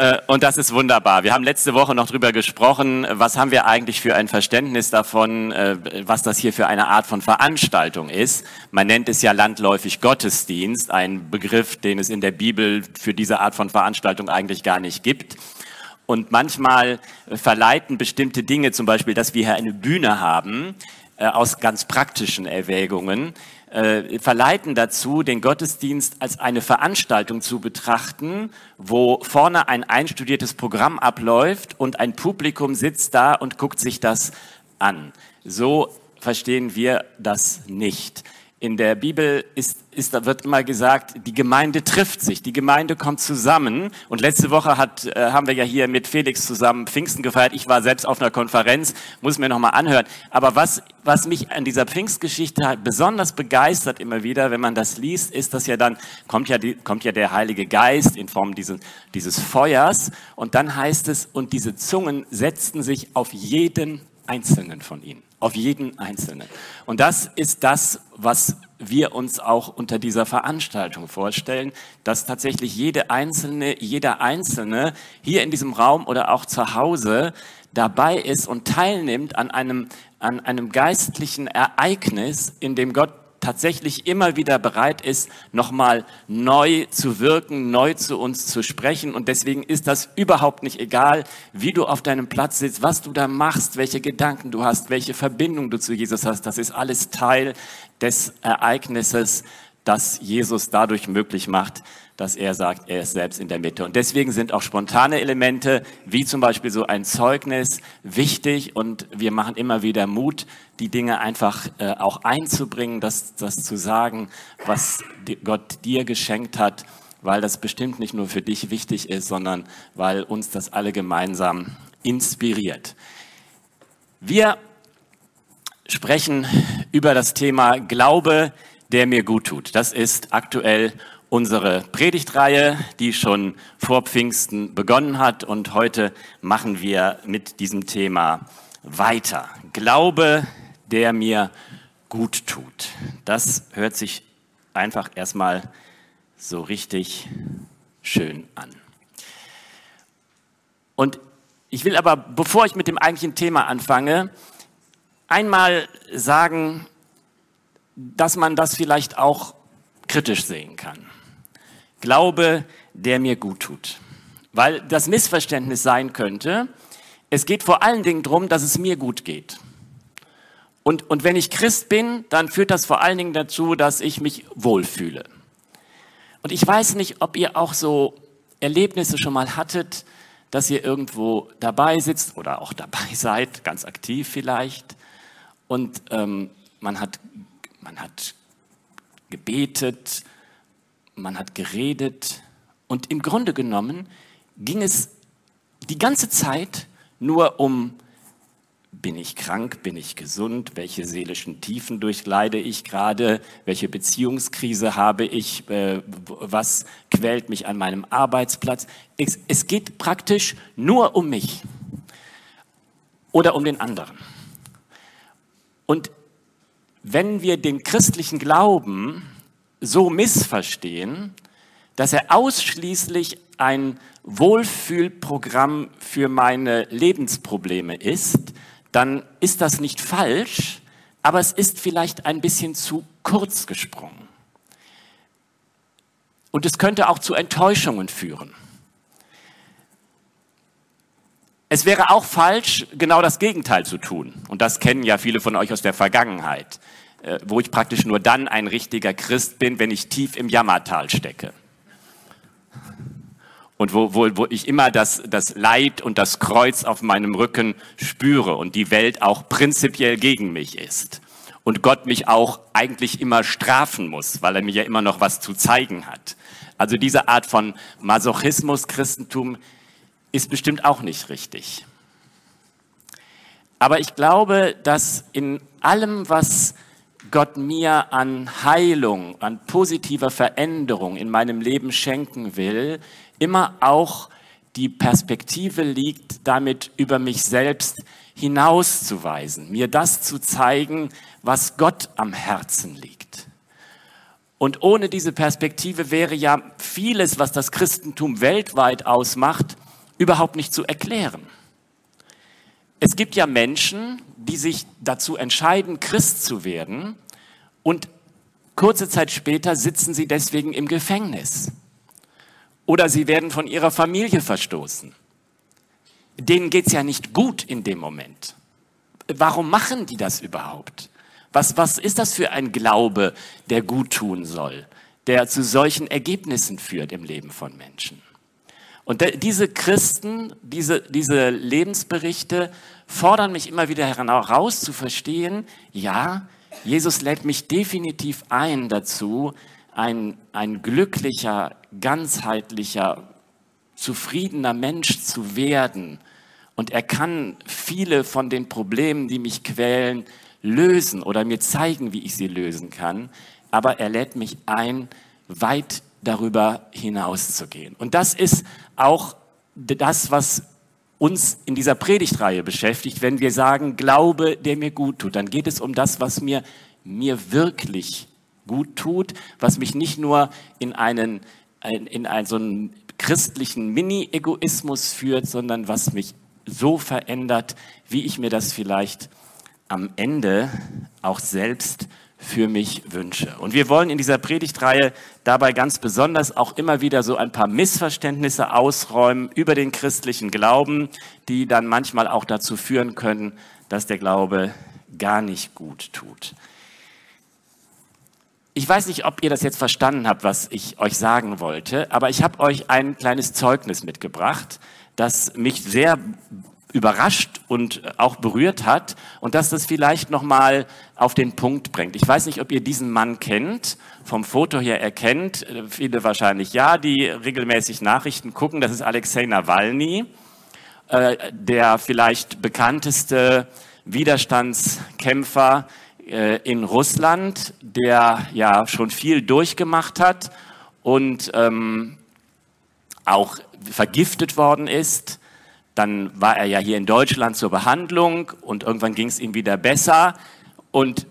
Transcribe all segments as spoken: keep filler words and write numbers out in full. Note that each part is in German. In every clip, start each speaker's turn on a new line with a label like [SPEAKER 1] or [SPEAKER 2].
[SPEAKER 1] Äh, und das ist wunderbar. Wir haben letzte Woche noch drüber gesprochen, was haben wir eigentlich für ein Verständnis davon, äh, was das hier für eine Art von Veranstaltung ist. Man nennt es ja landläufig Gottesdienst, ein Begriff, den es in der Bibel für diese Art von Veranstaltung eigentlich gar nicht gibt. Und manchmal verleiten bestimmte Dinge, zum Beispiel, dass wir hier eine Bühne haben, äh, aus ganz praktischen Erwägungen, äh, verleiten dazu, den Gottesdienst als eine Veranstaltung zu betrachten, wo vorne ein einstudiertes Programm abläuft und ein Publikum sitzt da und guckt sich das an. So verstehen wir das nicht. In der Bibel ist, ist, da wird immer gesagt, die Gemeinde trifft sich, die Gemeinde kommt zusammen. Und letzte Woche hat, äh, haben wir ja hier mit Felix zusammen Pfingsten gefeiert. Ich war selbst auf einer Konferenz, muss mir nochmal anhören. Aber was, was mich an dieser Pfingstgeschichte halt besonders begeistert immer wieder, wenn man das liest, ist, dass ja dann kommt ja, die, kommt ja der Heilige Geist in Form dieses, dieses Feuers. Und dann heißt es, und diese Zungen setzten sich auf jeden Einzelnen von ihnen. Auf jeden Einzelnen. Und das ist das, was wir uns auch unter dieser Veranstaltung vorstellen, dass tatsächlich jede Einzelne, jeder Einzelne hier in diesem Raum oder auch zu Hause dabei ist und teilnimmt an einem, an einem geistlichen Ereignis, in dem Gott tatsächlich immer wieder bereit ist, nochmal neu zu wirken, neu zu uns zu sprechen. Und deswegen ist das überhaupt nicht egal, wie du auf deinem Platz sitzt, was du da machst, welche Gedanken du hast, welche Verbindung du zu Jesus hast. Das ist alles Teil des Ereignisses, das Jesus dadurch möglich macht, dass er sagt, er ist selbst in der Mitte. Und deswegen sind auch spontane Elemente, wie zum Beispiel so ein Zeugnis, wichtig. Und wir machen immer wieder Mut, die Dinge einfach äh, auch einzubringen, das, das zu sagen, was Gott dir geschenkt hat, weil das bestimmt nicht nur für dich wichtig ist, sondern weil uns das alle gemeinsam inspiriert. Wir sprechen über das Thema Glaube, der mir gut tut. Das ist aktuell unsere Predigtreihe, die schon vor Pfingsten begonnen hat, und heute machen wir mit diesem Thema weiter. Glaube, der mir gut tut. Das hört sich einfach erstmal so richtig schön an. Und ich will aber, bevor ich mit dem eigentlichen Thema anfange, einmal sagen, dass man das vielleicht auch kritisch sehen kann. Glaube, der mir gut tut. Weil das Missverständnis sein könnte, es geht vor allen Dingen darum, dass es mir gut geht. Und, und wenn ich Christ bin, dann führt das vor allen Dingen dazu, dass ich mich wohlfühle. Und ich weiß nicht, ob ihr auch so Erlebnisse schon mal hattet, dass ihr irgendwo dabei sitzt oder auch dabei seid, ganz aktiv vielleicht, und ähm, man hat Man hat gebetet, man hat geredet, und im Grunde genommen ging es die ganze Zeit nur um, bin ich krank, bin ich gesund, welche seelischen Tiefen durchleide ich gerade, welche Beziehungskrise habe ich, äh, was quält mich an meinem Arbeitsplatz. Es, es geht praktisch nur um mich oder um den anderen. Und wenn wir den christlichen Glauben so missverstehen, dass er ausschließlich ein Wohlfühlprogramm für meine Lebensprobleme ist, dann ist das nicht falsch, aber es ist vielleicht ein bisschen zu kurz gesprungen. Und es könnte auch zu Enttäuschungen führen. Es wäre auch falsch, genau das Gegenteil zu tun. Und das kennen ja viele von euch aus der Vergangenheit, wo ich praktisch nur dann ein richtiger Christ bin, wenn ich tief im Jammertal stecke. Und wo, wo, wo ich immer das, das Leid und das Kreuz auf meinem Rücken spüre und die Welt auch prinzipiell gegen mich ist. Und Gott mich auch eigentlich immer strafen muss, weil er mir ja immer noch was zu zeigen hat. Also diese Art von Masochismus, Christentum, ist bestimmt auch nicht richtig. Aber ich glaube, dass in allem, was Gott mir an Heilung, an positiver Veränderung in meinem Leben schenken will, immer auch die Perspektive liegt, damit über mich selbst hinauszuweisen, mir das zu zeigen, was Gott am Herzen liegt. Und ohne diese Perspektive wäre ja vieles, was das Christentum weltweit ausmacht, überhaupt nicht zu erklären. Es gibt ja Menschen, die sich dazu entscheiden, Christ zu werden, und kurze Zeit später sitzen sie deswegen im Gefängnis. Oder sie werden von ihrer Familie verstoßen. Denen geht's ja nicht gut in dem Moment. Warum machen die das überhaupt? Was, was ist das für ein Glaube, der gut tun soll, der zu solchen Ergebnissen führt im Leben von Menschen? Und de, diese Christen, diese, diese Lebensberichte fordern mich immer wieder heraus zu verstehen, ja, Jesus lädt mich definitiv ein dazu, ein, ein glücklicher, ganzheitlicher, zufriedener Mensch zu werden. Und er kann viele von den Problemen, die mich quälen, lösen oder mir zeigen, wie ich sie lösen kann. Aber er lädt mich ein, weit darüber hinauszugehen. Und das ist auch das, was uns in dieser Predigtreihe beschäftigt. Wenn wir sagen, Glaube, der mir gut tut, dann geht es um das, was mir, mir wirklich gut tut, was mich nicht nur in einen, in, in einen so einen christlichen Mini-Egoismus führt, sondern was mich so verändert, wie ich mir das vielleicht am Ende auch selbst für mich wünsche. Und wir wollen in dieser Predigtreihe dabei ganz besonders auch immer wieder so ein paar Missverständnisse ausräumen über den christlichen Glauben, die dann manchmal auch dazu führen können, dass der Glaube gar nicht gut tut. Ich weiß nicht, ob ihr das jetzt verstanden habt, was ich euch sagen wollte, aber ich habe euch ein kleines Zeugnis mitgebracht, das mich sehr überrascht und auch berührt hat und dass das vielleicht nochmal auf den Punkt bringt. Ich weiß nicht, ob ihr diesen Mann kennt, vom Foto her erkennt, viele wahrscheinlich ja, die regelmäßig Nachrichten gucken. Das ist Alexei Nawalny, äh, der vielleicht bekannteste Widerstandskämpfer äh, in Russland, der ja schon viel durchgemacht hat und ähm, auch vergiftet worden ist. Dann war er ja hier in Deutschland zur Behandlung und irgendwann ging es ihm wieder besser. Und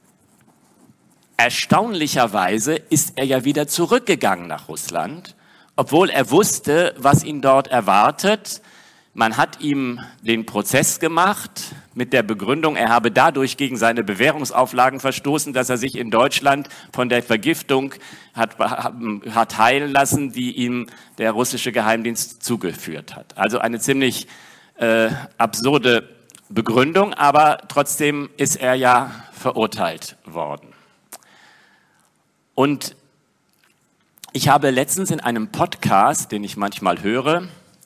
[SPEAKER 1] erstaunlicherweise ist er ja wieder zurückgegangen nach Russland, obwohl er wusste, was ihn dort erwartet. Man hat ihm den Prozess gemacht mit der Begründung, er habe dadurch gegen seine Bewährungsauflagen verstoßen, dass er sich in Deutschland von der Vergiftung hat, hat heilen lassen, die ihm der russische Geheimdienst zugeführt hat. Also eine ziemlich äh, absurde Begründung, aber trotzdem ist er ja verurteilt worden. Und ich habe letztens in einem Podcast, den ich manchmal höre,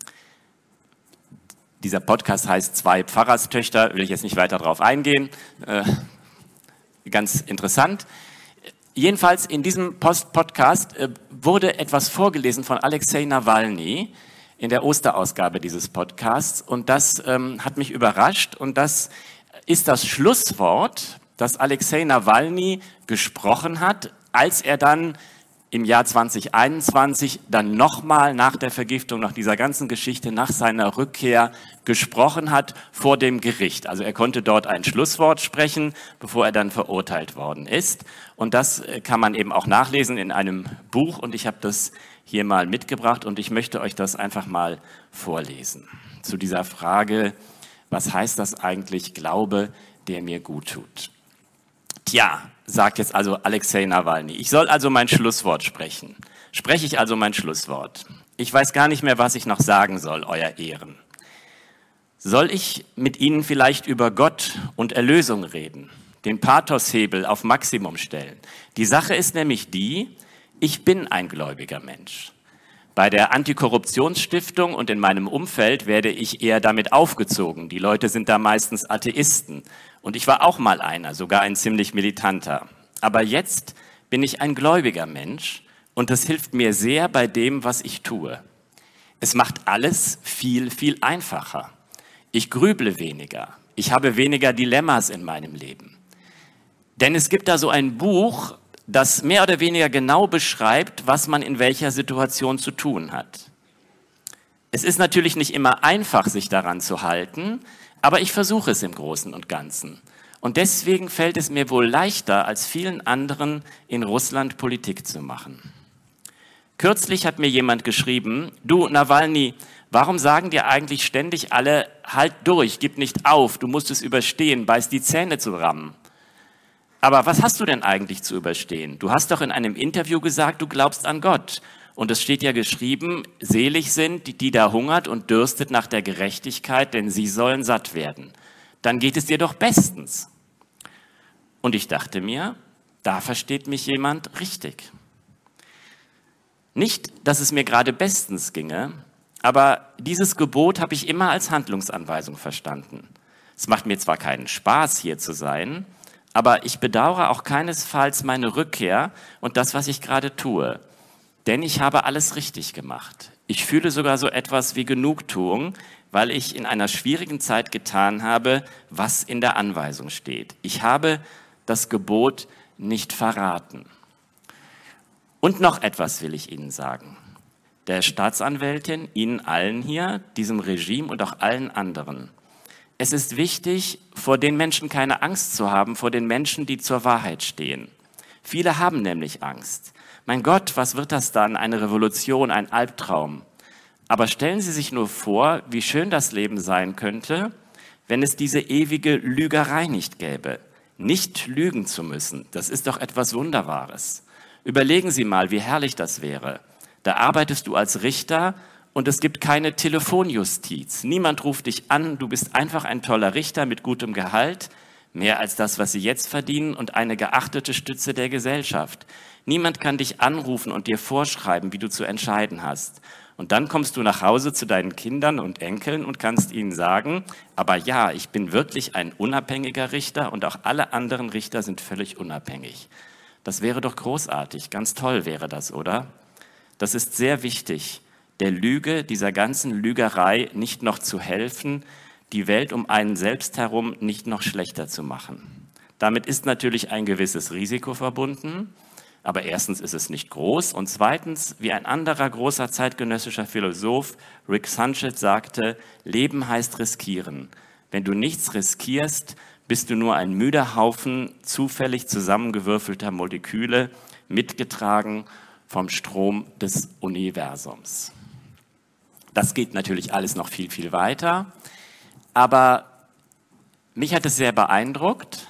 [SPEAKER 1] dieser Podcast heißt Zwei Pfarrerstöchter, will ich jetzt nicht weiter drauf eingehen, äh, ganz interessant. Jedenfalls in diesem Post-Podcast äh, wurde etwas vorgelesen von Alexei Nawalny in der Osterausgabe dieses Podcasts und das ähm, hat mich überrascht und das ist das Schlusswort, das Alexei Nawalny gesprochen hat, als er dann im Jahr zwanzig einundzwanzig dann nochmal nach der Vergiftung, nach dieser ganzen Geschichte, nach seiner Rückkehr gesprochen hat vor dem Gericht. Also er konnte dort ein Schlusswort sprechen, bevor er dann verurteilt worden ist. Und das kann man eben auch nachlesen in einem Buch und ich habe das hier mal mitgebracht und ich möchte euch das einfach mal vorlesen. Zu dieser Frage, was heißt das eigentlich, Glaube, der mir gut tut? Tja, sagt jetzt also Alexei Nawalny. Ich soll also mein Schlusswort sprechen. Spreche ich also mein Schlusswort. Ich weiß gar nicht mehr, was ich noch sagen soll, Euer Ehren. Soll ich mit Ihnen vielleicht über Gott und Erlösung reden? Den Pathoshebel auf Maximum stellen? Die Sache ist nämlich die, ich bin ein gläubiger Mensch. Bei der Antikorruptionsstiftung und in meinem Umfeld werde ich eher damit aufgezogen. Die Leute sind da meistens Atheisten. Und ich war auch mal einer, sogar ein ziemlich militanter. Aber jetzt bin ich ein gläubiger Mensch und das hilft mir sehr bei dem, was ich tue. Es macht alles viel, viel einfacher. Ich grüble weniger. Ich habe weniger Dilemmas in meinem Leben. Denn es gibt da so ein Buch, das mehr oder weniger genau beschreibt, was man in welcher Situation zu tun hat. Es ist natürlich nicht immer einfach, sich daran zu halten, aber ich versuche es im Großen und Ganzen. Und deswegen fällt es mir wohl leichter, als vielen anderen in Russland Politik zu machen. Kürzlich hat mir jemand geschrieben, du Nawalny, warum sagen dir eigentlich ständig alle, halt durch, gib nicht auf, du musst es überstehen, beiß die Zähne zusammen. Aber was hast du denn eigentlich zu überstehen? Du hast doch in einem Interview gesagt, du glaubst an Gott. Und es steht ja geschrieben, selig sind, die, die da hungert und dürstet nach der Gerechtigkeit, denn sie sollen satt werden. Dann geht es dir doch bestens. Und ich dachte mir, da versteht mich jemand richtig. Nicht, dass es mir gerade bestens ginge, aber dieses Gebot habe ich immer als Handlungsanweisung verstanden. Es macht mir zwar keinen Spaß, hier zu sein, aber ich bedauere auch keinesfalls meine Rückkehr und das, was ich gerade tue. Denn ich habe alles richtig gemacht. Ich fühle sogar so etwas wie Genugtuung, weil ich in einer schwierigen Zeit getan habe, was in der Anweisung steht. Ich habe das Gebot nicht verraten. Und noch etwas will ich Ihnen sagen. Der Staatsanwältin, Ihnen allen hier, diesem Regime und auch allen anderen. Es ist wichtig, vor den Menschen keine Angst zu haben, vor den Menschen, die zur Wahrheit stehen. Viele haben nämlich Angst. Mein Gott, was wird das dann? Eine Revolution, ein Albtraum. Aber stellen Sie sich nur vor, wie schön das Leben sein könnte, wenn es diese ewige Lügerei nicht gäbe. Nicht lügen zu müssen, das ist doch etwas Wunderbares. Überlegen Sie mal, wie herrlich das wäre. Da arbeitest du als Richter und es gibt keine Telefonjustiz. Niemand ruft dich an, du bist einfach ein toller Richter mit gutem Gehalt, mehr als das, was sie jetzt verdienen und eine geachtete Stütze der Gesellschaft. Niemand kann dich anrufen und dir vorschreiben, wie du zu entscheiden hast. Und dann kommst du nach Hause zu deinen Kindern und Enkeln und kannst ihnen sagen, aber ja, ich bin wirklich ein unabhängiger Richter und auch alle anderen Richter sind völlig unabhängig. Das wäre doch großartig, ganz toll wäre das, oder? Das ist sehr wichtig, der Lüge, dieser ganzen Lügerei nicht noch zu helfen, die Welt um einen selbst herum nicht noch schlechter zu machen. Damit ist natürlich ein gewisses Risiko verbunden, aber erstens ist es nicht groß und zweitens, wie ein anderer großer zeitgenössischer Philosoph, Rick Sanchez, sagte, Leben heißt riskieren. Wenn du nichts riskierst, bist du nur ein müder Haufen zufällig zusammengewürfelter Moleküle, mitgetragen vom Strom des Universums. Das geht natürlich alles noch viel, viel weiter, aber mich hat es sehr beeindruckt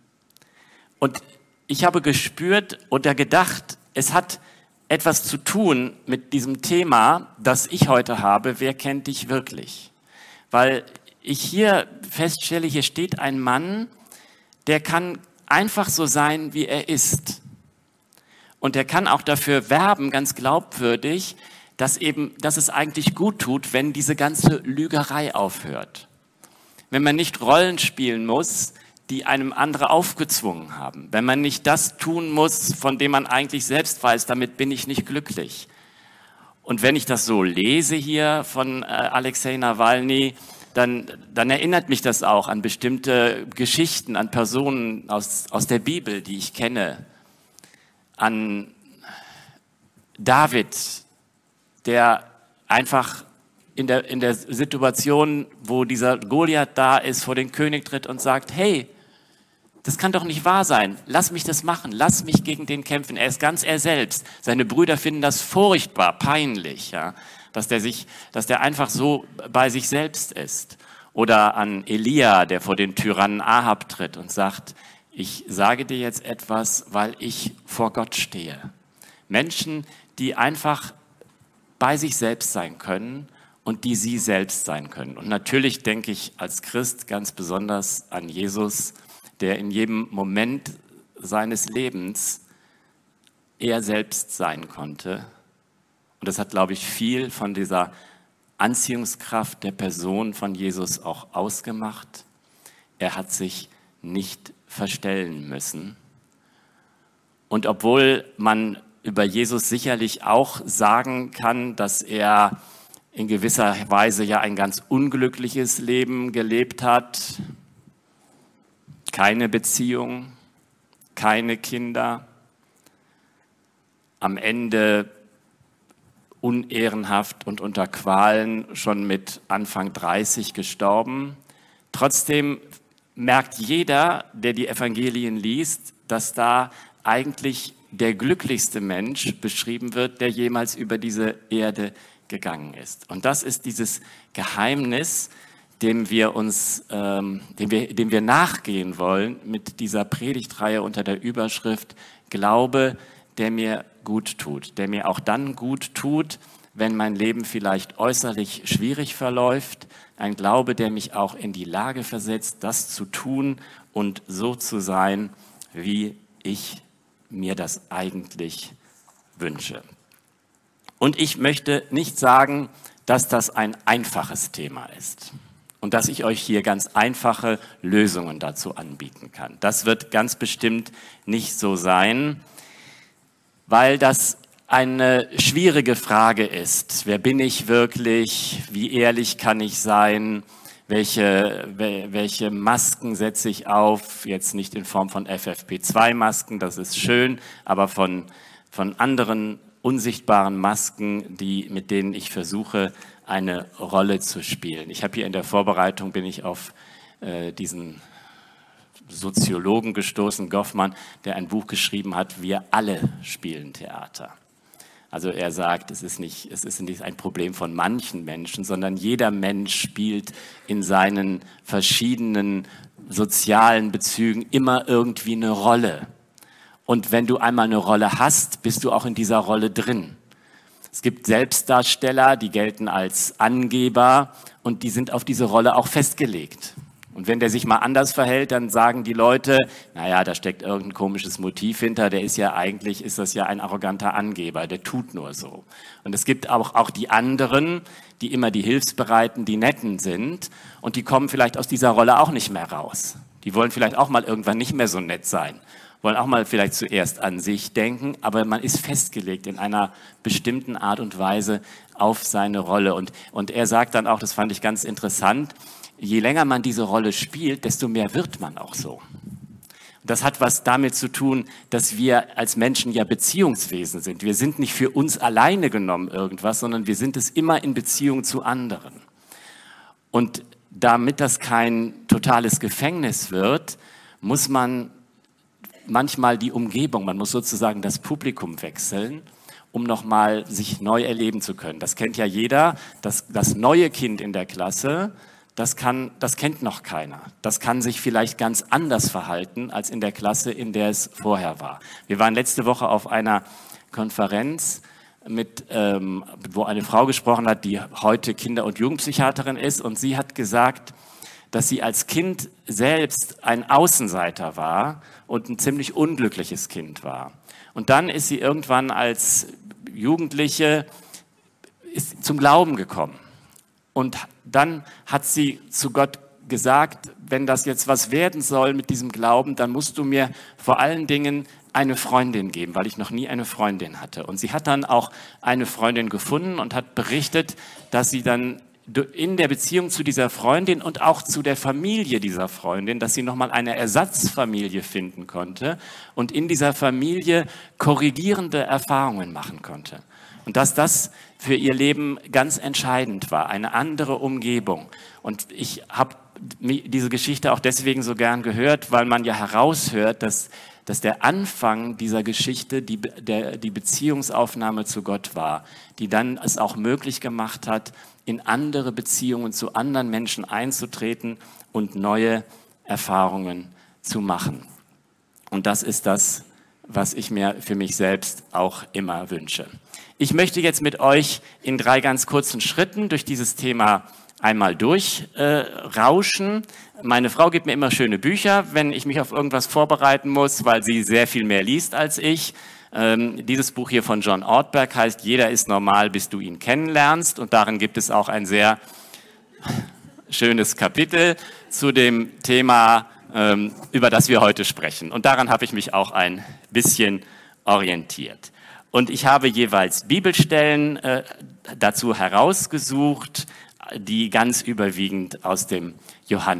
[SPEAKER 1] und ich habe gespürt oder gedacht, es hat etwas zu tun mit diesem Thema, das ich heute habe, wer kennt dich wirklich? Weil ich hier feststelle, hier steht ein Mann, der kann einfach so sein, wie er ist. Und er kann auch dafür werben, ganz glaubwürdig, dass eben, dass es eigentlich gut tut, wenn diese ganze Lügerei aufhört. Wenn man nicht Rollen spielen muss, die einem andere aufgezwungen haben. Wenn man nicht das tun muss, von dem man eigentlich selbst weiß, damit bin ich nicht glücklich. Und wenn ich das so lese hier von äh, Alexei Nawalny, dann, dann erinnert mich das auch an bestimmte Geschichten, an Personen aus, aus der Bibel, die ich kenne. An David, der einfach in der, in der Situation, wo dieser Goliath da ist, vor den König tritt und sagt, hey, das kann doch nicht wahr sein, lass mich das machen, lass mich gegen den kämpfen. Er ist ganz er selbst. Seine Brüder finden das furchtbar, peinlich, ja, dass der sich, dass der einfach so bei sich selbst ist. Oder an Elia, der vor den Tyrannen Ahab tritt und sagt, ich sage dir jetzt etwas, weil ich vor Gott stehe. Menschen, die einfach bei sich selbst sein können und die sie selbst sein können. Und natürlich denke ich als Christ ganz besonders an Jesus, der in jedem Moment seines Lebens er selbst sein konnte. Und das hat, glaube ich, viel von dieser Anziehungskraft der Person von Jesus auch ausgemacht. Er hat sich nicht verstellen müssen. Und obwohl man über Jesus sicherlich auch sagen kann, dass er in gewisser Weise ja ein ganz unglückliches Leben gelebt hat, keine Beziehung, keine Kinder, am Ende unehrenhaft und unter Qualen schon mit Anfang dreißig gestorben. Trotzdem merkt jeder, der die Evangelien liest, dass da eigentlich der glücklichste Mensch beschrieben wird, der jemals über diese Erde gegangen ist. Und das ist dieses Geheimnis, dem wir uns, ähm, dem wir, dem wir nachgehen wollen mit dieser Predigtreihe unter der Überschrift Glaube, der mir gut tut, der mir auch dann gut tut, wenn mein Leben vielleicht äußerlich schwierig verläuft. Ein Glaube, der mich auch in die Lage versetzt, das zu tun und so zu sein, wie ich mir das eigentlich wünsche. Und ich möchte nicht sagen, dass das ein einfaches Thema ist und dass ich euch hier ganz einfache Lösungen dazu anbieten kann. Das wird ganz bestimmt nicht so sein, weil das eine schwierige Frage ist. Wer bin ich wirklich? Wie ehrlich kann ich sein? Welche, welche Masken setze ich auf? Jetzt nicht in Form von F F P zwei Masken, das ist schön, aber von, von anderen unsichtbaren Masken, die, mit denen ich versuche, eine Rolle zu spielen. Ich habe hier in der Vorbereitung, bin ich auf äh, diesen Soziologen gestoßen, Goffman, der ein Buch geschrieben hat, wir alle spielen Theater. Also er sagt, es ist nicht, es ist nicht ein Problem von manchen Menschen, sondern jeder Mensch spielt in seinen verschiedenen sozialen Bezügen immer irgendwie eine Rolle. Und wenn du einmal eine Rolle hast, bist du auch in dieser Rolle drin. Es gibt Selbstdarsteller, die gelten als Angeber und die sind auf diese Rolle auch festgelegt. Und wenn der sich mal anders verhält, dann sagen die Leute, naja, da steckt irgendein komisches Motiv hinter, der ist ja eigentlich, ist das ja ein arroganter Angeber, der tut nur so. Und es gibt auch, auch die anderen, die immer die Hilfsbereiten, die Netten sind und die kommen vielleicht aus dieser Rolle auch nicht mehr raus. Die wollen vielleicht auch mal irgendwann nicht mehr so nett sein, wollen auch mal vielleicht zuerst an sich denken, aber man ist festgelegt in einer bestimmten Art und Weise auf seine Rolle. Und, und er sagt dann auch, das fand ich ganz interessant, je länger man diese Rolle spielt, desto mehr wird man auch so. Das hat was damit zu tun, dass wir als Menschen ja Beziehungswesen sind. Wir sind nicht für uns alleine genommen irgendwas, sondern wir sind es immer in Beziehung zu anderen. Und damit das kein totales Gefängnis wird, muss man manchmal die Umgebung, man muss sozusagen das Publikum wechseln, um nochmal sich neu erleben zu können. Das kennt ja jeder, das, das neue Kind in der Klasse, Das, kann, das kennt noch keiner. Das kann sich vielleicht ganz anders verhalten als in der Klasse, in der es vorher war. Wir waren letzte Woche auf einer Konferenz, mit, ähm, wo eine Frau gesprochen hat, die heute Kinder- und Jugendpsychiaterin ist. Und sie hat gesagt, dass sie als Kind selbst ein Außenseiter war und ein ziemlich unglückliches Kind war. Und dann ist sie irgendwann als Jugendliche ist zum Glauben gekommen. Und dann hat sie zu Gott gesagt, wenn das jetzt was werden soll mit diesem Glauben, dann musst du mir vor allen Dingen eine Freundin geben, weil ich noch nie eine Freundin hatte. Und sie hat dann auch eine Freundin gefunden und hat berichtet, dass sie dann in der Beziehung zu dieser Freundin und auch zu der Familie dieser Freundin, dass sie nochmal eine Ersatzfamilie finden konnte und in dieser Familie korrigierende Erfahrungen machen konnte. Und dass das für ihr Leben ganz entscheidend war, eine andere Umgebung. Und ich habe diese Geschichte auch deswegen so gern gehört, weil man ja heraushört, dass, dass der Anfang dieser Geschichte die, der, die Beziehungsaufnahme zu Gott war, die dann es auch möglich gemacht hat, in andere Beziehungen zu anderen Menschen einzutreten und neue Erfahrungen zu machen. Und das ist das, was ich mir für mich selbst auch immer wünsche. Ich möchte jetzt mit euch in drei ganz kurzen Schritten durch dieses Thema einmal durchrauschen. Äh, Meine Frau gibt mir immer schöne Bücher, wenn ich mich auf irgendwas vorbereiten muss, weil sie sehr viel mehr liest als ich. Ähm, dieses Buch hier von John Ortberg heißt Jeder ist normal, bis du ihn kennenlernst. Und darin gibt es auch ein sehr schönes Kapitel zu dem Thema, ähm, über das wir heute sprechen. Und daran habe ich mich auch ein bisschen orientiert. Und ich habe jeweils Bibelstellen äh, dazu herausgesucht, die ganz überwiegend aus dem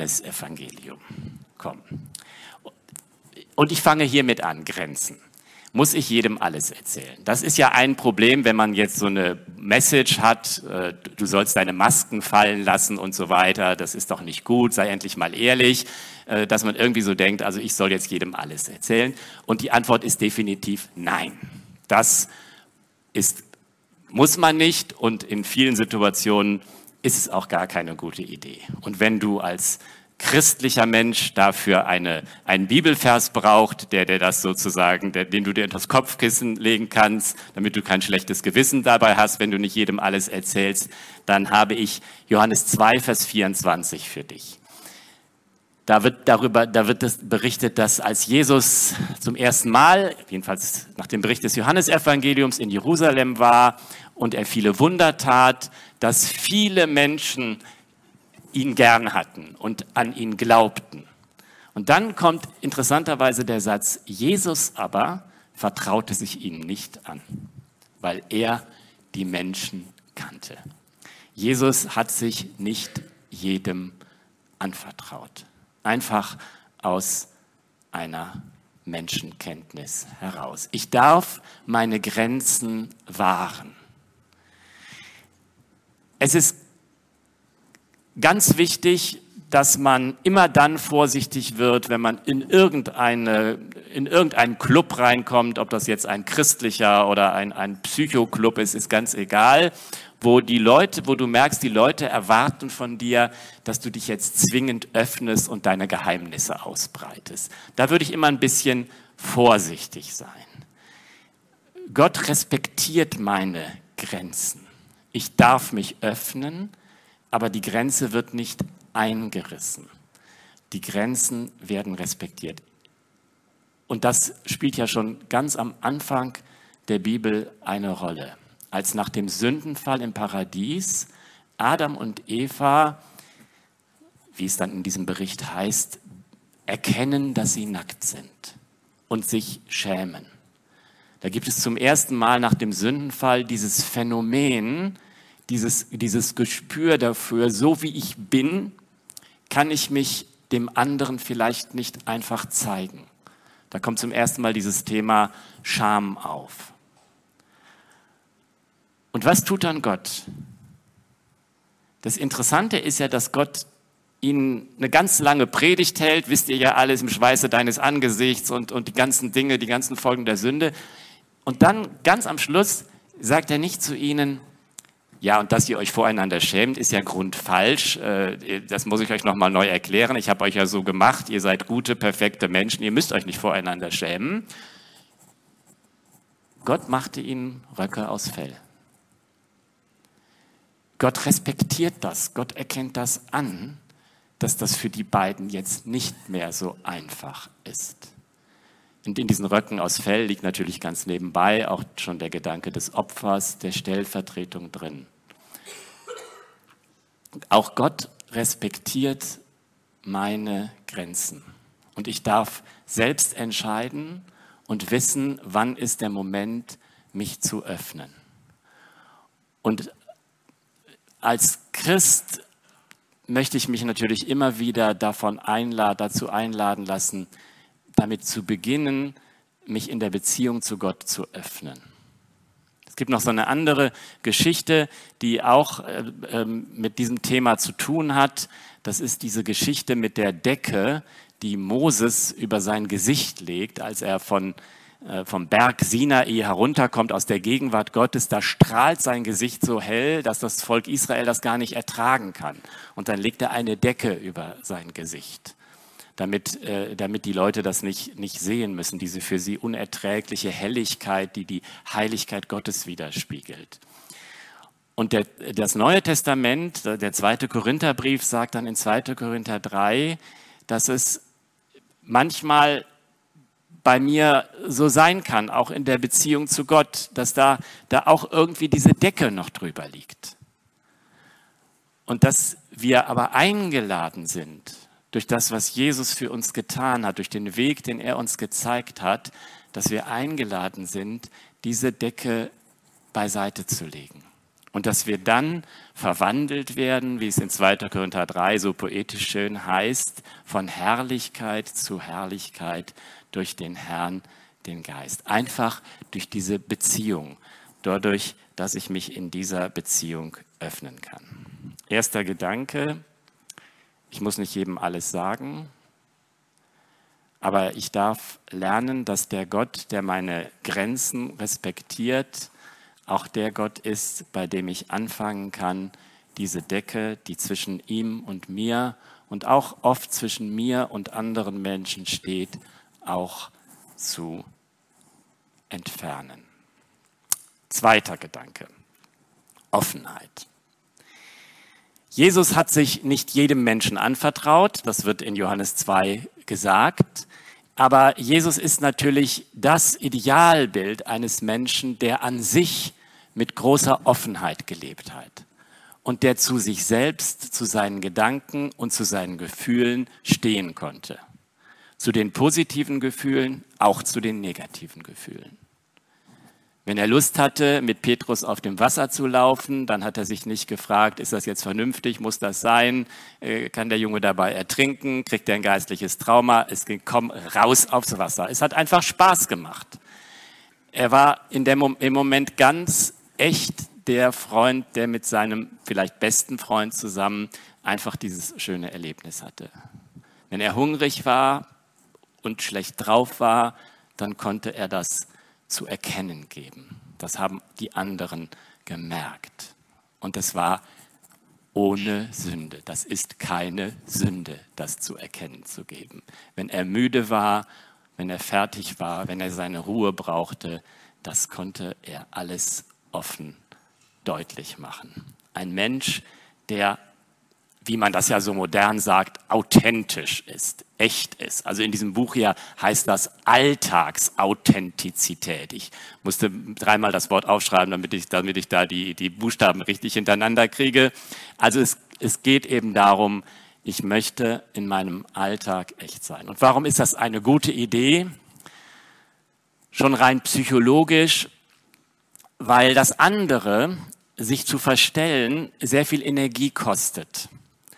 [SPEAKER 1] Johannesevangelium kommen. Und ich fange hiermit an, Grenzen. muss ich jedem alles erzählen. Das ist ja ein Problem, wenn man jetzt so eine Message hat, äh, du sollst deine Masken fallen lassen und so weiter, das ist doch nicht gut, sei endlich mal ehrlich, äh, dass man irgendwie so denkt, also ich soll jetzt jedem alles erzählen. Und die Antwort ist definitiv nein. Das ist, muss man nicht, und in vielen Situationen ist es auch gar keine gute Idee. Und wenn du als christlicher Mensch dafür eine, einen Bibelvers braucht, der, der das sozusagen, der, den du dir unter das Kopfkissen legen kannst, damit du kein schlechtes Gewissen dabei hast, wenn du nicht jedem alles erzählst, dann habe ich Johannes zwei, Vers vierundzwanzig für dich. Da wird darüber, da wird das berichtet, dass als Jesus zum ersten Mal, jedenfalls nach dem Bericht des Johannesevangeliums, in Jerusalem war und er viele Wunder tat, dass viele Menschen ihn gern hatten und an ihn glaubten. Und dann kommt interessanterweise der Satz, Jesus aber vertraute sich ihnen nicht an, weil er die Menschen kannte. Jesus hat sich nicht jedem anvertraut, einfach aus einer Menschenkenntnis heraus. Ich darf meine Grenzen wahren. Es ist ganz wichtig, dass man immer dann vorsichtig wird, wenn man in irgendeine, in irgendeinen Club reinkommt, ob das jetzt ein christlicher oder ein, ein Psychoclub ist, ist ganz egal, wo die Leute, wo du merkst, die Leute erwarten von dir, dass du dich jetzt zwingend öffnest und deine Geheimnisse ausbreitest. Da würde ich immer ein bisschen vorsichtig sein. Gott respektiert meine Grenzen. Ich darf mich öffnen, aber die Grenze wird nicht eingerissen. Die Grenzen werden respektiert. Und das spielt ja schon ganz am Anfang der Bibel eine Rolle. Als nach dem Sündenfall im Paradies Adam und Eva, wie es dann in diesem Bericht heißt, erkennen, dass sie nackt sind und sich schämen. Da gibt es zum ersten Mal nach dem Sündenfall dieses Phänomen, Dieses, dieses Gespür dafür, so wie ich bin, kann ich mich dem anderen vielleicht nicht einfach zeigen. Da kommt zum ersten Mal dieses Thema Scham auf. Und was tut dann Gott? Das Interessante ist ja, dass Gott ihnen eine ganz lange Predigt hält, wisst ihr ja alles, im Schweiße deines Angesichts und, und die ganzen Dinge, die ganzen Folgen der Sünde. Und dann ganz am Schluss sagt er nicht zu ihnen, ja, und dass ihr euch voreinander schämt, ist ja grundfalsch. Das muss ich euch nochmal neu erklären. Ich habe euch ja so gemacht, ihr seid gute, perfekte Menschen, ihr müsst euch nicht voreinander schämen. Gott machte ihnen Röcke aus Fell. Gott respektiert das, Gott erkennt das an, dass das für die beiden jetzt nicht mehr so einfach ist. Und in diesen Röcken aus Fell liegt natürlich ganz nebenbei auch schon der Gedanke des Opfers, der Stellvertretung drin. Auch Gott respektiert meine Grenzen. Und ich darf selbst entscheiden und wissen, wann ist der Moment, mich zu öffnen. Und als Christ möchte ich mich natürlich immer wieder davon einladen, dazu einladen lassen, damit zu beginnen, mich in der Beziehung zu Gott zu öffnen. Es gibt noch so eine andere Geschichte, die auch äh, mit diesem Thema zu tun hat. Das ist diese Geschichte mit der Decke, die Moses über sein Gesicht legt, als er von, äh, vom Berg Sinai herunterkommt aus der Gegenwart Gottes. Da strahlt sein Gesicht so hell, dass das Volk Israel das gar nicht ertragen kann. Und dann legt er eine Decke über sein Gesicht, damit, äh, damit die Leute das nicht, nicht sehen müssen, diese für sie unerträgliche Helligkeit, die die Heiligkeit Gottes widerspiegelt. Und der, das Neue Testament, der zweite Korintherbrief, sagt dann in zweiter Korinther drei, dass es manchmal bei mir so sein kann, auch in der Beziehung zu Gott, dass da, da auch irgendwie diese Decke noch drüber liegt. Und dass wir aber eingeladen sind, durch das, was Jesus für uns getan hat, durch den Weg, den er uns gezeigt hat, dass wir eingeladen sind, diese Decke beiseite zu legen. Und dass wir dann verwandelt werden, wie es in zweiter Korinther drei so poetisch schön heißt, von Herrlichkeit zu Herrlichkeit durch den Herrn, den Geist. Einfach durch diese Beziehung, dadurch, dass ich mich in dieser Beziehung öffnen kann. Erster Gedanke, ich muss nicht jedem alles sagen, aber ich darf lernen, dass der Gott, der meine Grenzen respektiert, auch der Gott ist, bei dem ich anfangen kann, diese Decke, die zwischen ihm und mir und auch oft zwischen mir und anderen Menschen steht, auch zu entfernen. Zweiter Gedanke, Offenheit. Jesus hat sich nicht jedem Menschen anvertraut, das wird in Johannes zwei gesagt, aber Jesus ist natürlich das Idealbild eines Menschen, der an sich mit großer Offenheit gelebt hat und der zu sich selbst, zu seinen Gedanken und zu seinen Gefühlen stehen konnte. Zu den positiven Gefühlen, auch zu den negativen Gefühlen. Wenn er Lust hatte, mit Petrus auf dem Wasser zu laufen, dann hat er sich nicht gefragt, ist das jetzt vernünftig, muss das sein, äh, kann der Junge dabei ertrinken, kriegt er ein geistliches Trauma, es ging, komm raus aufs Wasser. Es hat einfach Spaß gemacht. Er war in dem, im Moment ganz echt der Freund, der mit seinem vielleicht besten Freund zusammen einfach dieses schöne Erlebnis hatte. Wenn er hungrig war und schlecht drauf war, dann konnte er das zu erkennen geben. Das haben die anderen gemerkt. Und es war ohne Sünde. Das ist keine Sünde, das zu erkennen zu geben. Wenn er müde war, wenn er fertig war, wenn er seine Ruhe brauchte, das konnte er alles offen deutlich machen. Ein Mensch, der, wie man das ja so modern sagt, authentisch ist, echt ist. Also in diesem Buch hier heißt das Alltagsauthentizität. Ich musste dreimal das Wort aufschreiben, damit ich, damit ich da die, die Buchstaben richtig hintereinander kriege. Also es, es geht eben darum, ich möchte in meinem Alltag echt sein. Und warum ist das eine gute Idee? Schon rein psychologisch, weil das andere, sich zu verstellen, sehr viel Energie kostet.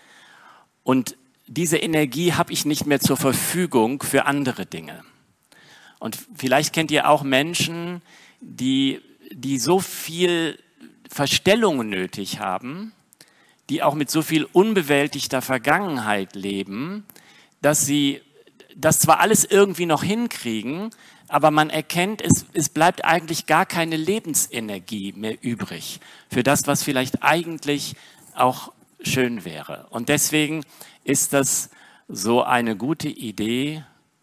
[SPEAKER 1] Und diese Energie habe ich nicht mehr zur Verfügung für andere Dinge. Und vielleicht kennt ihr auch Menschen, die, die so viel Verstellung nötig haben, die auch mit so viel unbewältigter Vergangenheit leben, dass sie das zwar alles irgendwie noch hinkriegen, aber man erkennt, es, es bleibt eigentlich gar keine Lebensenergie mehr übrig für das, was vielleicht eigentlich auch schön wäre. Und deswegen ist das so eine gute Idee,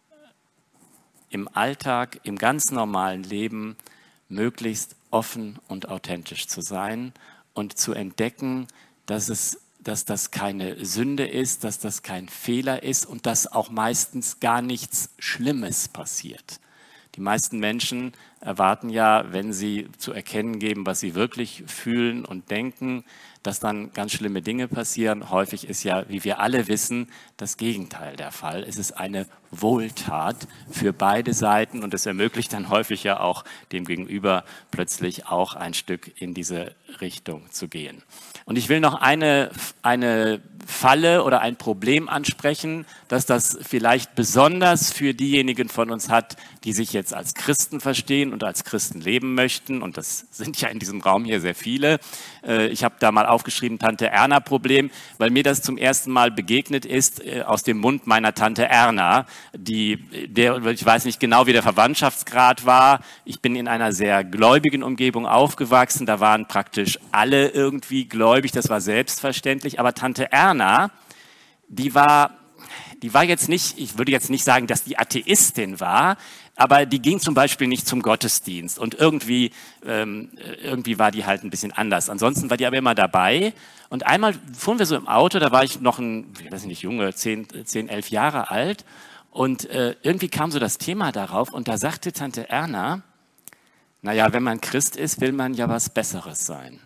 [SPEAKER 1] im Alltag, im ganz normalen Leben möglichst offen und authentisch zu sein und zu entdecken, dass es, dass das keine Sünde ist, dass das kein Fehler ist und dass auch meistens gar nichts Schlimmes passiert. Die meisten Menschen erwarten ja, wenn sie zu erkennen geben, was sie wirklich fühlen und denken, dass dann ganz schlimme Dinge passieren. Häufig ist ja, wie wir alle wissen, das Gegenteil der Fall. Es ist eine Wohltat für beide Seiten und es ermöglicht dann häufig ja auch dem Gegenüber plötzlich auch ein Stück in diese Richtung zu gehen. Und ich will noch eine, eine Falle oder ein Problem ansprechen, dass das vielleicht besonders für diejenigen von uns hat, die sich jetzt als Christen verstehen und als Christen leben möchten. Und das sind ja in diesem Raum hier sehr viele. Ich habe da mal aufgeschrieben, Tante-Erna-Problem, weil mir das zum ersten Mal begegnet ist aus dem Mund meiner Tante Erna, die, der, ich weiß nicht genau, wie der Verwandtschaftsgrad war. Ich bin in einer sehr gläubigen Umgebung aufgewachsen. Da waren praktisch alle irgendwie gläubig. Das war selbstverständlich. Aber Tante Erna, die war, die war jetzt nicht, ich würde jetzt nicht sagen, dass die Atheistin war, aber die ging zum Beispiel nicht zum Gottesdienst und irgendwie, ähm, irgendwie war die halt ein bisschen anders. Ansonsten war die aber immer dabei. Und einmal fuhren wir so im Auto, da war ich noch ein, ich weiß nicht, Junge, zehn, zehn, elf Jahre alt. Und äh, irgendwie kam so das Thema darauf und da sagte Tante Erna, naja, wenn man Christ ist, will man ja was Besseres sein.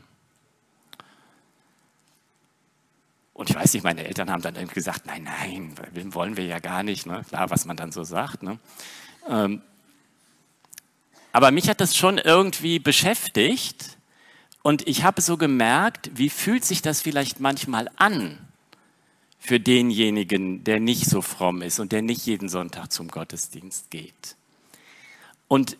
[SPEAKER 1] Und ich weiß nicht, meine Eltern haben dann irgendwie gesagt, nein, nein, wollen wir ja gar nicht. Ne? Klar, was man dann so sagt. Ne? Ähm, aber mich hat das schon irgendwie beschäftigt und ich habe so gemerkt, wie fühlt sich das vielleicht manchmal an für denjenigen, der nicht so fromm ist und der nicht jeden Sonntag zum Gottesdienst geht. Und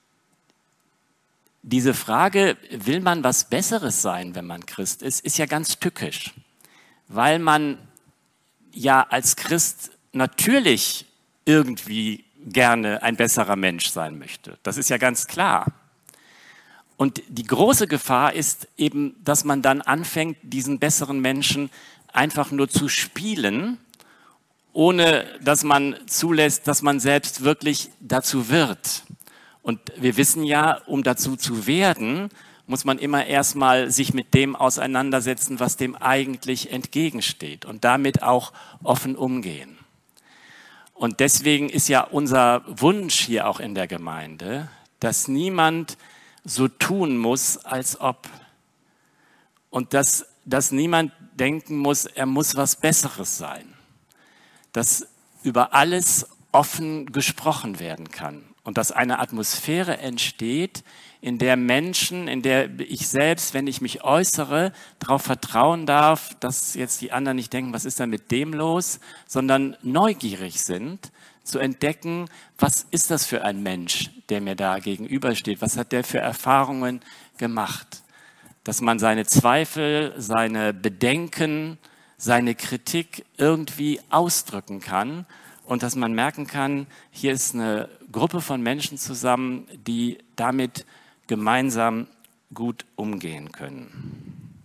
[SPEAKER 1] diese Frage, will man was Besseres sein, wenn man Christ ist, ist ja ganz tückisch, weil man ja als Christ natürlich irgendwie gerne ein besserer Mensch sein möchte. Das ist ja ganz klar. Und die große Gefahr ist eben, dass man dann anfängt, diesen besseren Menschen einfach nur zu spielen, ohne dass man zulässt, dass man selbst wirklich dazu wird. Und wir wissen ja, um dazu zu werden, muss man immer erstmal sich mit dem auseinandersetzen, was dem eigentlich entgegensteht und damit auch offen umgehen. Und deswegen ist ja unser Wunsch hier auch in der Gemeinde, dass niemand so tun muss, als ob. Und dass, dass niemand denken muss, er muss was Besseres sein. Dass über alles offen gesprochen werden kann. Und dass eine Atmosphäre entsteht, in der Menschen, in der ich selbst, wenn ich mich äußere, darauf vertrauen darf, dass jetzt die anderen nicht denken, was ist denn mit dem los, sondern neugierig sind, zu entdecken, was ist das für ein Mensch, der mir da gegenübersteht, was hat der für Erfahrungen gemacht. Dass man seine Zweifel, seine Bedenken, seine Kritik irgendwie ausdrücken kann und dass man merken kann, hier ist eine Gruppe von Menschen zusammen, die damit gemeinsam gut umgehen können.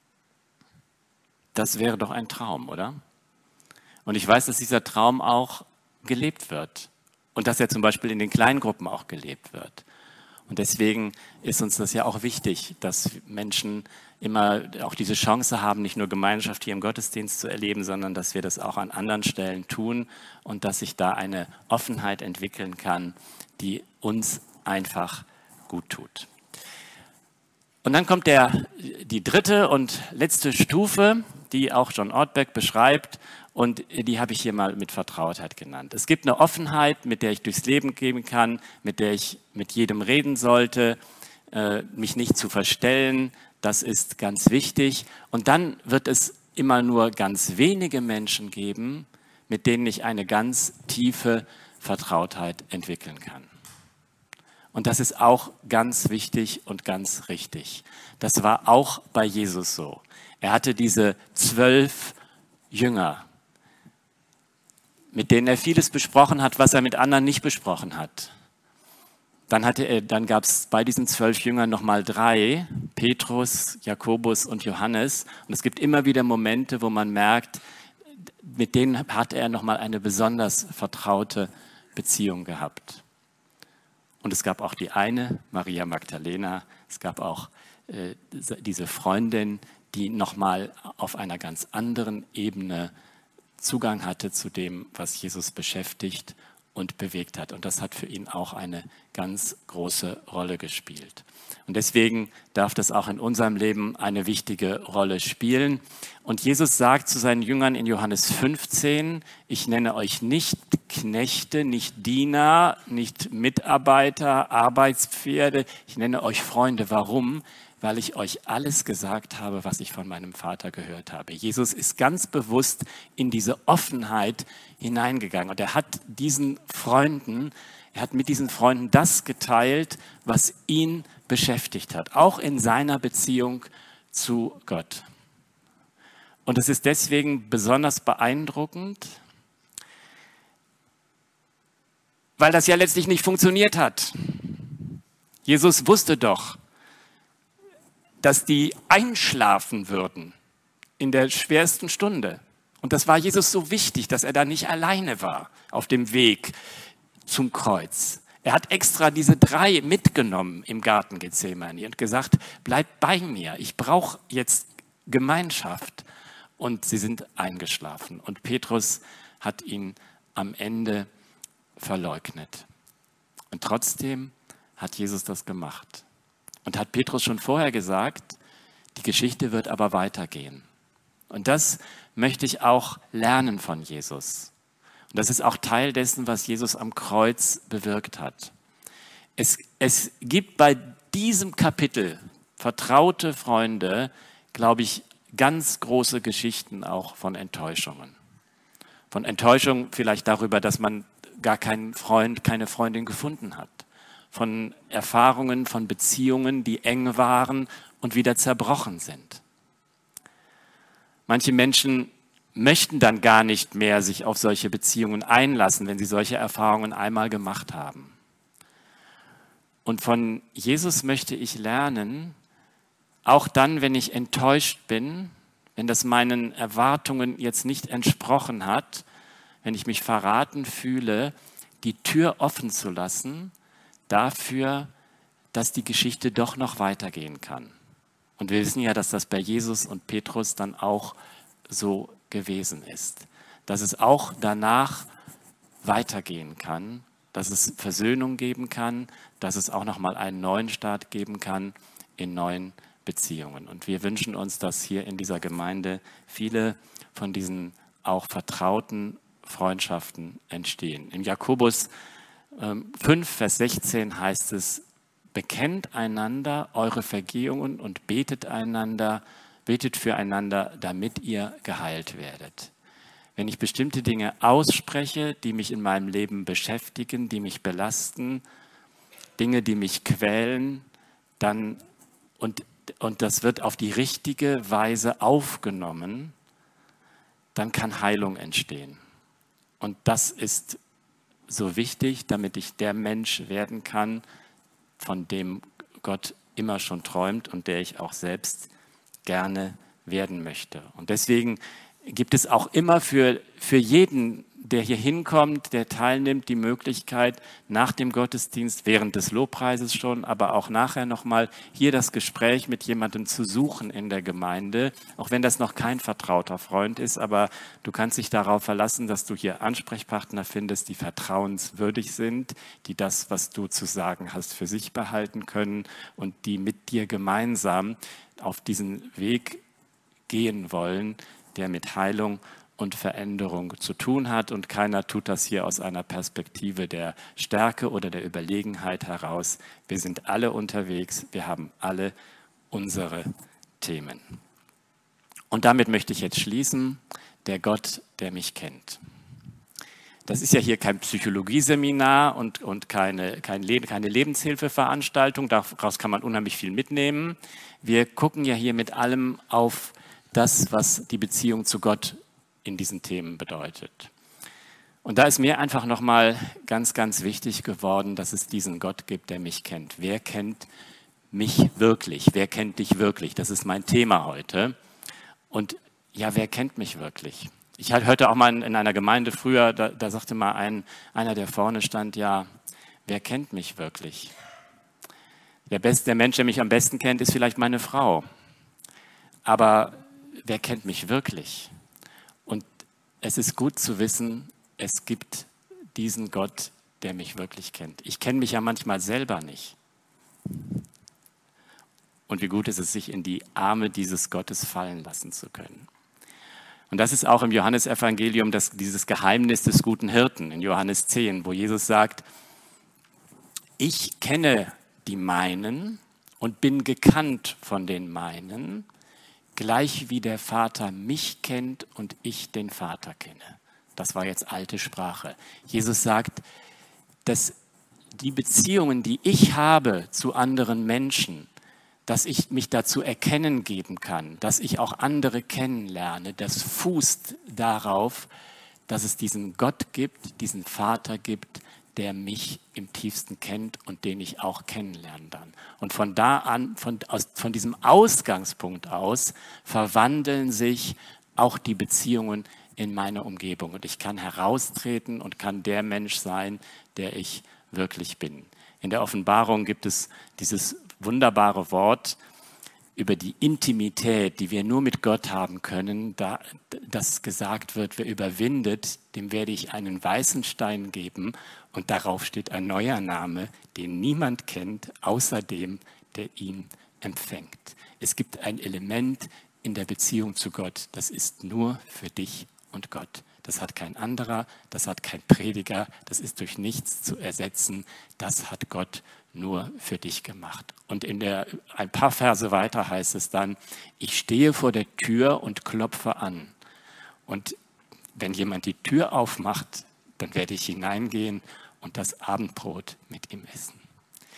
[SPEAKER 1] Das wäre doch ein Traum, oder? Und ich weiß, dass dieser Traum auch gelebt wird und dass er zum Beispiel in den Kleingruppen auch gelebt wird. Und deswegen ist uns das ja auch wichtig, dass Menschen immer auch diese Chance haben, nicht nur Gemeinschaft hier im Gottesdienst zu erleben, sondern dass wir das auch an anderen Stellen tun und dass sich da eine Offenheit entwickeln kann, die uns einfach gut tut. Und dann kommt der, die dritte und letzte Stufe, die auch John Ortberg beschreibt und die habe ich hier mal mit Vertrautheit genannt. Es gibt eine Offenheit, mit der ich durchs Leben gehen kann, mit der ich mit jedem reden sollte, äh, mich nicht zu verstellen, das ist ganz wichtig. Und dann wird es immer nur ganz wenige Menschen geben, mit denen ich eine ganz tiefe Vertrautheit entwickeln kann. Und das ist auch ganz wichtig und ganz richtig. Das war auch bei Jesus so. Er hatte diese zwölf Jünger, mit denen er vieles besprochen hat, was er mit anderen nicht besprochen hat. Dann, hatte er, dann gab es bei diesen zwölf Jüngern nochmal drei, Petrus, Jakobus und Johannes. Und es gibt immer wieder Momente, wo man merkt, mit denen hat er nochmal eine besonders vertraute Beziehung gehabt. Und es gab auch die eine, Maria Magdalena, es gab auch äh, diese Freundin, die nochmal auf einer ganz anderen Ebene Zugang hatte zu dem, was Jesus beschäftigt und bewegt hat. Und das hat für ihn auch eine ganz große Rolle gespielt. Und deswegen darf das auch in unserem Leben eine wichtige Rolle spielen. Und Jesus sagt zu seinen Jüngern in Johannes fünfzehn, ich nenne euch nicht Knechte, nicht Diener, nicht Mitarbeiter, Arbeitspferde, ich nenne euch Freunde. Warum? Weil ich euch alles gesagt habe, was ich von meinem Vater gehört habe. Jesus ist ganz bewusst in diese Offenheit hineingegangen und er hat diesen Freunden, er hat mit diesen Freunden das geteilt, was ihn beschäftigt hat, auch in seiner Beziehung zu Gott. Und es ist deswegen besonders beeindruckend, weil das ja letztlich nicht funktioniert hat. Jesus wusste doch, dass die einschlafen würden in der schwersten Stunde. Und das war Jesus so wichtig, dass er da nicht alleine war auf dem Weg zum Kreuz. Er hat extra diese drei mitgenommen im Garten Gethsemane und gesagt, bleibt bei mir, ich brauche jetzt Gemeinschaft. Und sie sind eingeschlafen. Und Petrus hat ihn am Ende verleugnet. Und trotzdem hat Jesus das gemacht. Und hat Petrus schon vorher gesagt, die Geschichte wird aber weitergehen. Und das möchte ich auch lernen von Jesus. Und das ist auch Teil dessen, was Jesus am Kreuz bewirkt hat. Es, es gibt bei diesem Kapitel, vertraute Freunde, glaube ich, ganz große Geschichten auch von Enttäuschungen. Von Enttäuschung vielleicht darüber, dass man gar keinen Freund, keine Freundin gefunden hat. von Erfahrungen, von Beziehungen, die eng waren und wieder zerbrochen sind. Manche Menschen möchten dann gar nicht mehr sich auf solche Beziehungen einlassen, wenn sie solche Erfahrungen einmal gemacht haben. Und von Jesus möchte ich lernen, auch dann, wenn ich enttäuscht bin, wenn das meinen Erwartungen jetzt nicht entsprochen hat, wenn ich mich verraten fühle, die Tür offen zu lassen dafür, dass die Geschichte doch noch weitergehen kann. Und wir wissen ja, dass das bei Jesus und Petrus dann auch so gewesen ist. Dass es auch danach weitergehen kann, dass es Versöhnung geben kann, dass es auch nochmal einen neuen Start geben kann in neuen Beziehungen. Und wir wünschen uns, dass hier in dieser Gemeinde viele von diesen auch vertrauten Freundschaften entstehen. In Jakobus fünf, Vers sechzehn heißt es, bekennt einander eure Vergehungen und betet einander, betet füreinander, damit ihr geheilt werdet. Wenn ich bestimmte Dinge ausspreche, die mich in meinem Leben beschäftigen, die mich belasten, Dinge, die mich quälen, dann und, und das wird auf die richtige Weise aufgenommen, dann kann Heilung entstehen. Und das ist so wichtig, damit ich der Mensch werden kann, von dem Gott immer schon träumt und der ich auch selbst gerne werden möchte. Und deswegen gibt es auch immer für, für jeden, der hier hinkommt, der teilnimmt, die Möglichkeit, nach dem Gottesdienst, während des Lobpreises schon, aber auch nachher nochmal hier das Gespräch mit jemandem zu suchen in der Gemeinde, auch wenn das noch kein vertrauter Freund ist, aber du kannst dich darauf verlassen, dass du hier Ansprechpartner findest, die vertrauenswürdig sind, die das, was du zu sagen hast, für sich behalten können und die mit dir gemeinsam auf diesen Weg gehen wollen, der mit Heilung und Veränderung zu tun hat. Und keiner tut das hier aus einer Perspektive der Stärke oder der Überlegenheit heraus. Wir sind alle unterwegs, wir haben alle unsere Themen. Und damit möchte ich jetzt schließen, der Gott, der mich kennt. Das ist ja hier kein Psychologieseminar und, und keine, kein Le- keine Lebenshilfeveranstaltung, daraus kann man unheimlich viel mitnehmen. Wir gucken ja hier mit allem auf das, was die Beziehung zu Gott in diesen Themen bedeutet. Und da ist mir einfach nochmal ganz, ganz wichtig geworden, dass es diesen Gott gibt, der mich kennt. Wer kennt mich wirklich? Wer kennt dich wirklich? Das ist mein Thema heute. Und ja, wer kennt mich wirklich? Ich hörte auch mal in einer Gemeinde früher, da, da sagte mal ein, einer, der vorne stand, ja, wer kennt mich wirklich? Der, best, der Mensch, der mich am besten kennt, ist vielleicht meine Frau. Aber wer kennt mich wirklich? Und es ist gut zu wissen, es gibt diesen Gott, der mich wirklich kennt. Ich kenne mich ja manchmal selber nicht. Und wie gut ist es, sich in die Arme dieses Gottes fallen lassen zu können. Und das ist auch im Johannesevangelium das, dieses Geheimnis des guten Hirten in Johannes zehn, wo Jesus sagt, ich kenne die meinen und bin gekannt von den meinen, gleich wie der Vater mich kennt und ich den Vater kenne. Das war jetzt alte Sprache. Jesus sagt, dass die Beziehungen, die ich habe zu anderen Menschen, dass ich mich dazu erkennen geben kann, dass ich auch andere kennenlerne, das fußt darauf, dass es diesen Gott gibt, diesen Vater gibt, der mich im tiefsten kennt und den ich auch kennenlernen kann. Und von da an, von, aus, von diesem Ausgangspunkt aus, verwandeln sich auch die Beziehungen in meiner Umgebung. Und ich kann heraustreten und kann der Mensch sein, der ich wirklich bin. In der Offenbarung gibt es dieses wunderbare Wort über die Intimität, die wir nur mit Gott haben können, da, das gesagt wird, wer überwindet, dem werde ich einen weißen Stein geben und darauf steht ein neuer Name, den niemand kennt, außer dem, der ihn empfängt. Es gibt ein Element in der Beziehung zu Gott, das ist nur für dich und Gott. Das hat kein anderer, das hat kein Prediger, das ist durch nichts zu ersetzen, das hat Gott nur für dich gemacht. Und in der, ein paar Verse weiter heißt es dann, ich stehe vor der Tür und klopfe an. Und wenn jemand die Tür aufmacht, dann werde ich hineingehen und das Abendbrot mit ihm essen.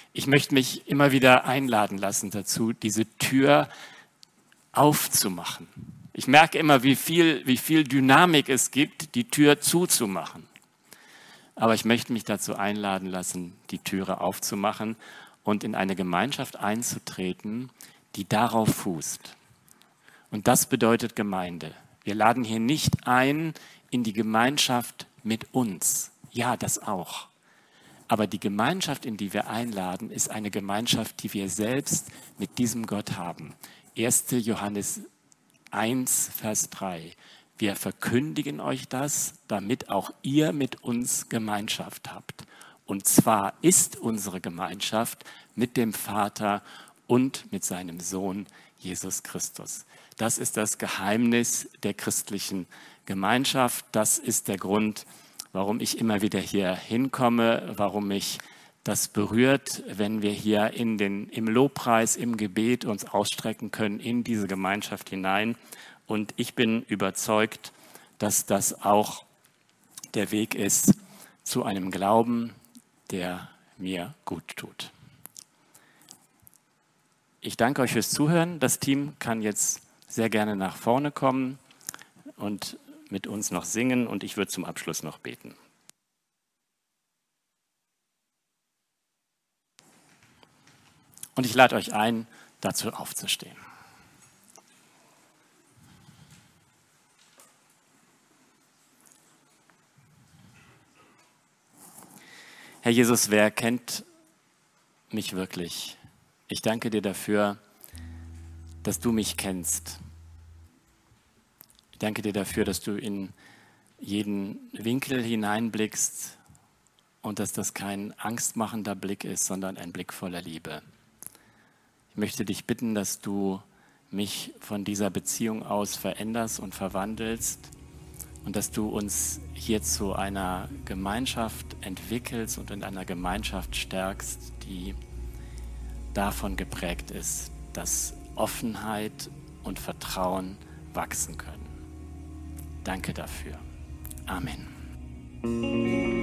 [SPEAKER 1] Ich möchte mich immer wieder einladen lassen dazu, diese Tür aufzumachen. Ich merke immer, wie viel, wie viel Dynamik es gibt, die Tür zuzumachen. Aber ich möchte mich dazu einladen lassen, die Türe aufzumachen und in eine Gemeinschaft einzutreten, die darauf fußt. Und das bedeutet Gemeinde. Wir laden hier nicht ein in die Gemeinschaft mit uns. Ja, das auch. Aber die Gemeinschaft, in die wir einladen, ist eine Gemeinschaft, die wir selbst mit diesem Gott haben. erster Johannes eins, Vers drei. Wir verkündigen euch das, damit auch ihr mit uns Gemeinschaft habt. Und zwar ist unsere Gemeinschaft mit dem Vater und mit seinem Sohn Jesus Christus. Das ist das Geheimnis der christlichen Gemeinschaft. Das ist der Grund, warum ich immer wieder hier hinkomme, warum mich das berührt, wenn wir hier in den, im Lobpreis, im Gebet uns ausstrecken können in diese Gemeinschaft hinein. Und ich bin überzeugt, dass das auch der Weg ist zu einem Glauben, der mir gut tut. Ich danke euch fürs Zuhören. Das Team kann jetzt sehr gerne nach vorne kommen und mit uns noch singen und ich würde zum Abschluss noch beten. Und ich lade euch ein, dazu aufzustehen. Herr Jesus, wer kennt mich wirklich? Ich danke dir dafür, dass du mich kennst. Ich danke dir dafür, dass du in jeden Winkel hineinblickst und dass das kein angstmachender Blick ist, sondern ein Blick voller Liebe. Ich möchte dich bitten, dass du mich von dieser Beziehung aus veränderst und verwandelst und dass du uns hier zu einer Gemeinschaft entwickelst und in einer Gemeinschaft stärkst, die davon geprägt ist, dass Offenheit und Vertrauen wachsen können. Danke dafür. Amen.